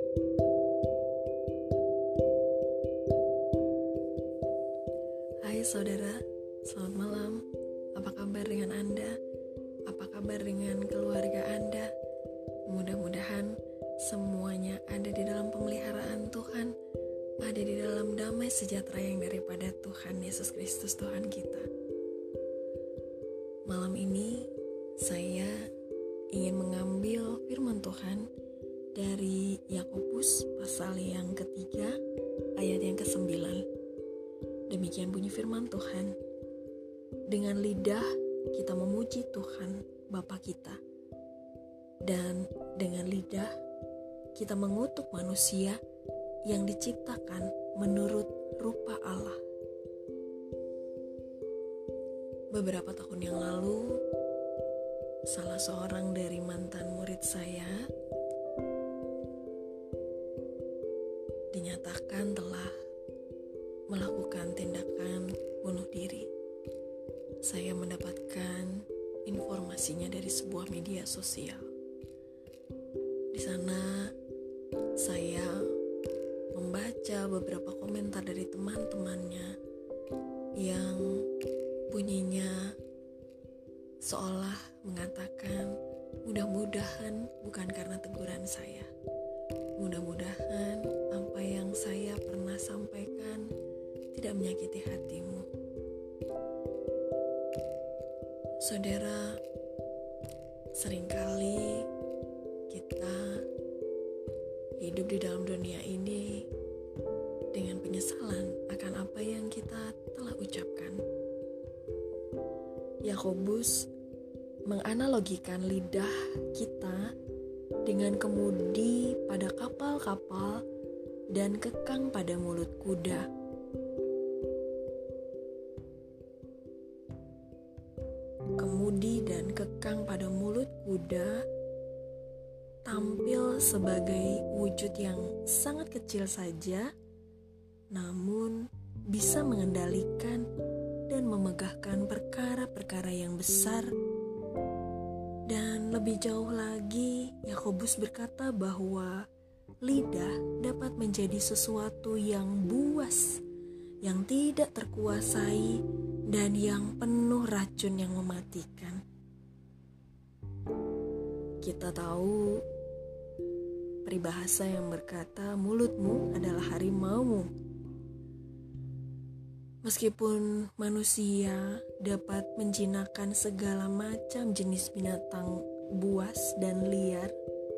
Hai saudara, selamat malam. Apa kabar dengan Anda? Apa kabar dengan keluarga Anda? Mudah-mudahan semuanya ada di dalam pemeliharaan Tuhan, ada di dalam damai sejahtera yang daripada Tuhan Yesus Kristus Tuhan kita. Malam ini saya ingin mengambil firman Tuhan dari Yakobus pasal yang ketiga ayat yang ke-9. Demikian bunyi firman Tuhan. Dengan lidah kita memuji Tuhan Bapa kita, dan dengan lidah kita mengutuk manusia yang diciptakan menurut rupa Allah. Beberapa tahun yang lalu, salah seorang dari mantan murid saya dinyatakan telah melakukan tindakan bunuh diri. Saya mendapatkan informasinya dari sebuah media sosial. Di sana saya membaca beberapa komentar dari teman-temannya yang bunyinya seolah mengatakan, mudah-mudahan bukan karena teguran saya. Mudah-mudahan apa yang saya pernah sampaikan tidak menyakiti hatimu. Saudara, seringkali kita hidup di dalam dunia ini dengan penyesalan akan apa yang kita telah ucapkan. Yakobus menganalogikan lidah kita dengan kemudi pada kapal-kapal dan kekang pada mulut kuda. Kemudi dan kekang pada mulut kuda tampil sebagai wujud yang sangat kecil saja, namun bisa mengendalikan dan memegahkan perkara-perkara yang besar. Dan lebih jauh lagi, Yakobus berkata bahwa lidah dapat menjadi sesuatu yang buas, yang tidak terkuasai, dan yang penuh racun yang mematikan. Kita tahu peribahasa yang berkata mulutmu adalah harimaumu. Meskipun manusia dapat menjinakkan segala macam jenis binatang buas dan liar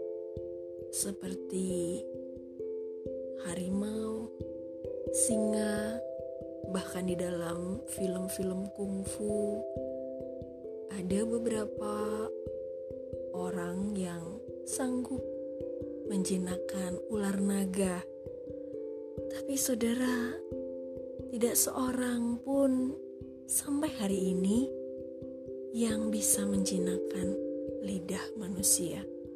seperti harimau, singa, bahkan di dalam film-film kungfu ada beberapa orang yang sanggup menjinakkan ular naga. Tapi saudara, tidak seorang pun sampai hari ini yang bisa menjinakkan lidah manusia.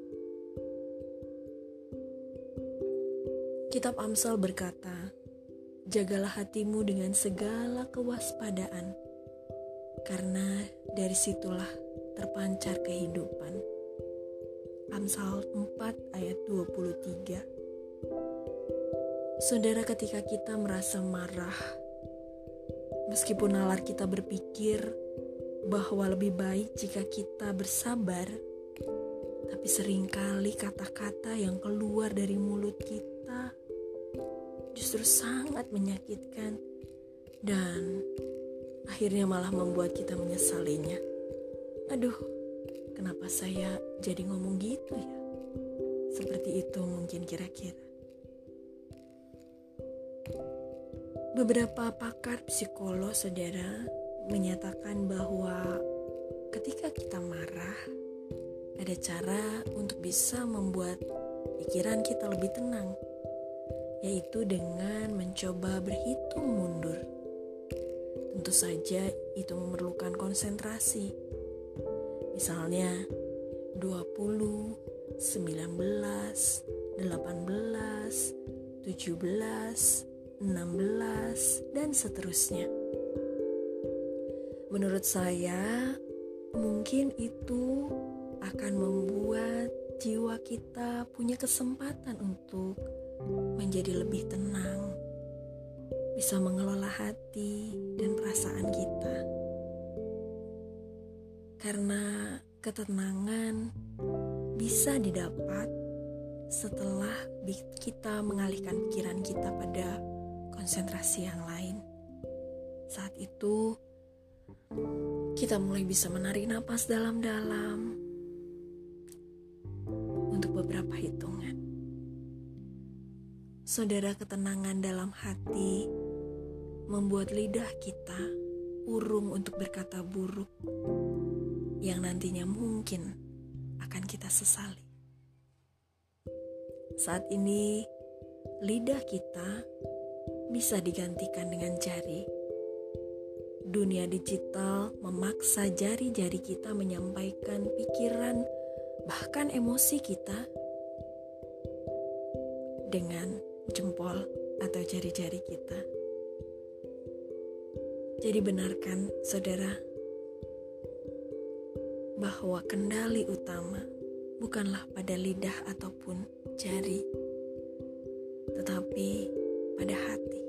Kitab Amsal berkata, jagalah hatimu dengan segala kewaspadaan, karena dari situlah terpancar kehidupan. Amsal 4 ayat 23. Saudara, ketika kita merasa marah, meskipun nalar kita berpikir bahwa lebih baik jika kita bersabar, tapi seringkali kata-kata yang keluar dari mulut kita justru sangat menyakitkan dan akhirnya malah membuat kita menyesalinya. Aduh, kenapa saya jadi ngomong gitu ya? Seperti itu mungkin kira-kira. Beberapa pakar psikolog, saudara, menyatakan bahwa ketika kita marah, ada cara untuk bisa membuat pikiran kita lebih tenang, yaitu dengan mencoba berhitung mundur. Tentu saja itu memerlukan konsentrasi. Misalnya 20, 19, 18, 17, 16, dan seterusnya. Menurut saya, mungkin itu akan membuat jiwa kita punya kesempatan untuk menjadi lebih tenang, bisa mengelola hati dan perasaan kita. Karena ketenangan bisa didapat setelah kita mengalihkan pikiran kita pada konsentrasi yang lain. Saat itu, kita mulai bisa menarik napas dalam-dalam untuk beberapa hitungan. Saudara, ketenangan dalam hati membuat lidah kita urung untuk berkata buruk yang nantinya mungkin akan kita sesali. Saat ini, lidah kita bisa digantikan dengan jari. Dunia digital memaksa jari-jari kita menyampaikan pikiran, bahkan emosi kita dengan jempol atau jari-jari kita. Jadi benarkan, saudara, bahwa kendali utama bukanlah pada lidah ataupun jari, tetapi pada hati.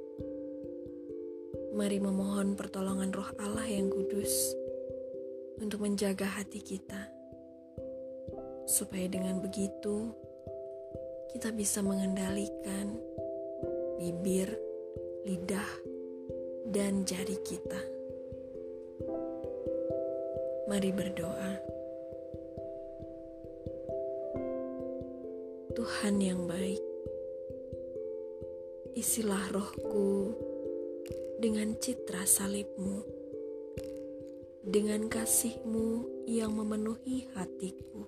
Mari memohon pertolongan Roh Allah yang kudus untuk menjaga hati kita, supaya dengan begitu kita bisa mengendalikan bibir, lidah, dan jari kita. Mari berdoa. Tuhan yang baik, isilah rohku dengan citra salib-Mu, dengan kasih-Mu yang memenuhi hatiku.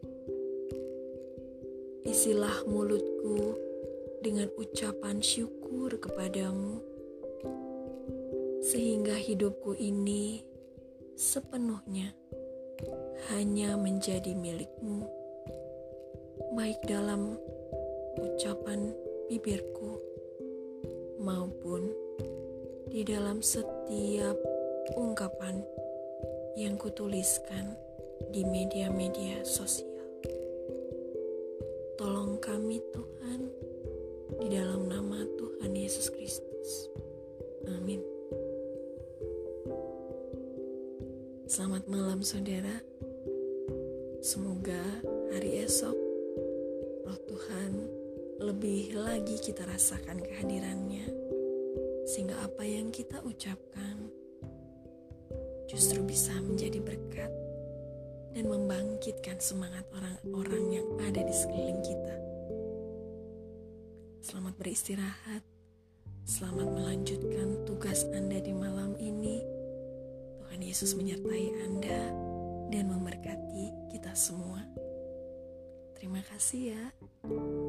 Isilah mulutku dengan ucapan syukur kepadamu, sehingga hidupku ini sepenuhnya hanya menjadi milik-Mu, baik dalam ucapan bibirku maupun di dalam setiap ungkapan yang kutuliskan di media-media sosial. Tolong kami Tuhan, di dalam nama Tuhan Yesus Kristus. Amin. Selamat malam saudara. Semoga hari esok Roh Tuhan lebih lagi kita rasakan kehadirannya, sehingga apa yang kita ucapkan justru bisa menjadi berkat dan membangkitkan semangat orang-orang yang ada di sekeliling kita. Selamat beristirahat, selamat melanjutkan tugas Anda di malam ini. Tuhan Yesus menyertai Anda dan memberkati kita semua. Terima kasih ya.